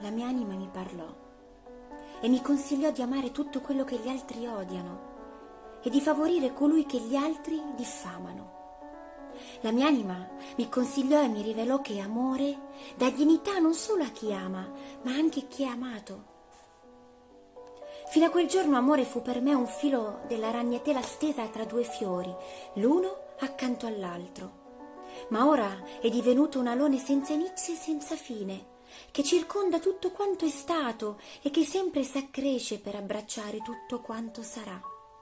La mia anima mi parlò e mi consigliò di amare tutto quello che gli altri odiano e di favorire colui che gli altri diffamano. La mia anima mi consigliò e mi rivelò che amore dà dignità non solo a chi ama, ma anche a chi è amato. Fino a quel giorno amore fu per me un filo della ragnatela stesa tra due fiori, l'uno accanto all'altro. Ma ora è divenuto un alone senza inizio e senza fine, che circonda tutto quanto è stato e che sempre s'accresce per abbracciare tutto quanto sarà.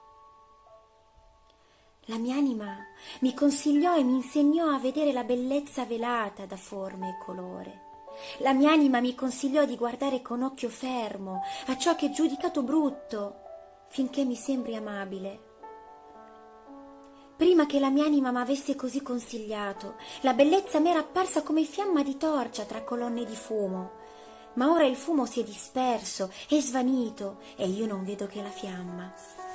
La mia anima mi consigliò e mi insegnò a vedere la bellezza velata da forme e colore. La mia anima mi consigliò di guardare con occhio fermo a ciò che è giudicato brutto, finché mi sembri amabile. Prima che la mia anima m'avesse così consigliato, la bellezza m'era apparsa come fiamma di torcia tra colonne di fumo, ma ora il fumo si è disperso, è svanito e io non vedo che la fiamma.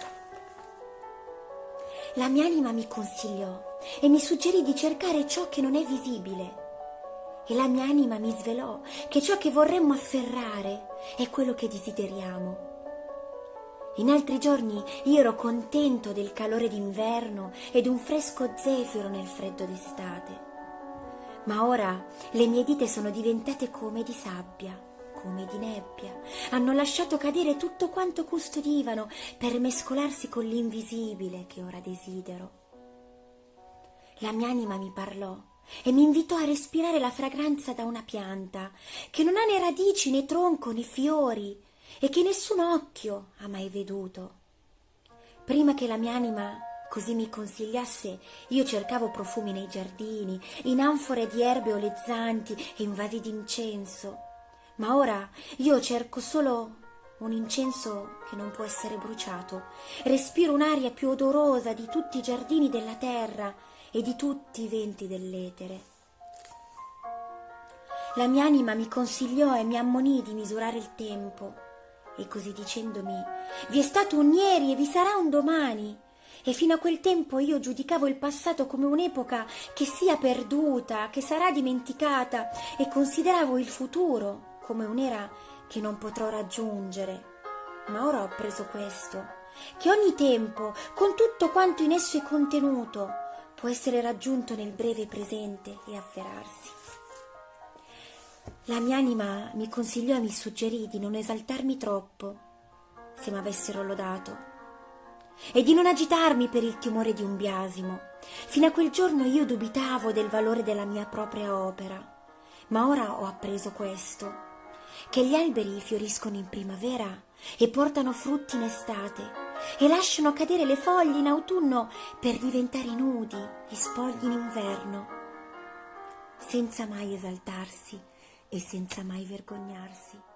La mia anima mi consigliò e mi suggerì di cercare ciò che non è visibile. E la mia anima mi svelò che ciò che vorremmo afferrare è quello che desideriamo. In altri giorni io ero contento del calore d'inverno e d'un fresco zefiro nel freddo d'estate. Ma ora le mie dita sono diventate come di sabbia, come di nebbia. Hanno lasciato cadere tutto quanto custodivano per mescolarsi con l'invisibile che ora desidero. La mia anima mi parlò e mi invitò a respirare la fragranza da una pianta che non ha né radici né tronco né fiori e che nessun occhio ha mai veduto. Prima che la mia anima così mi consigliasse, io cercavo profumi nei giardini, in anfore di erbe olezzanti e in vasi d'incenso, ma ora io cerco solo un incenso che non può essere bruciato. Respiro un'aria più odorosa di tutti i giardini della terra e di tutti i venti dell'etere. La mia anima mi consigliò e mi ammonì di misurare il tempo, e così dicendomi: vi è stato un ieri e vi sarà un domani. E fino a quel tempo io giudicavo il passato come un'epoca che sia perduta, che sarà dimenticata, e consideravo il futuro come un'era che non potrò raggiungere. Ma ora ho appreso questo, che ogni tempo, con tutto quanto in esso è contenuto, può essere raggiunto nel breve presente e avverarsi. La mia anima mi consigliò e mi suggerì di non esaltarmi troppo, se m'avessero lodato, e di non agitarmi per il timore di un biasimo. Fino a quel giorno io dubitavo del valore della mia propria opera, ma ora ho appreso questo, che gli alberi fioriscono in primavera e portano frutti in estate e lasciano cadere le foglie in autunno per diventare nudi e spogli in inverno, senza mai esaltarsi e senza mai vergognarsi.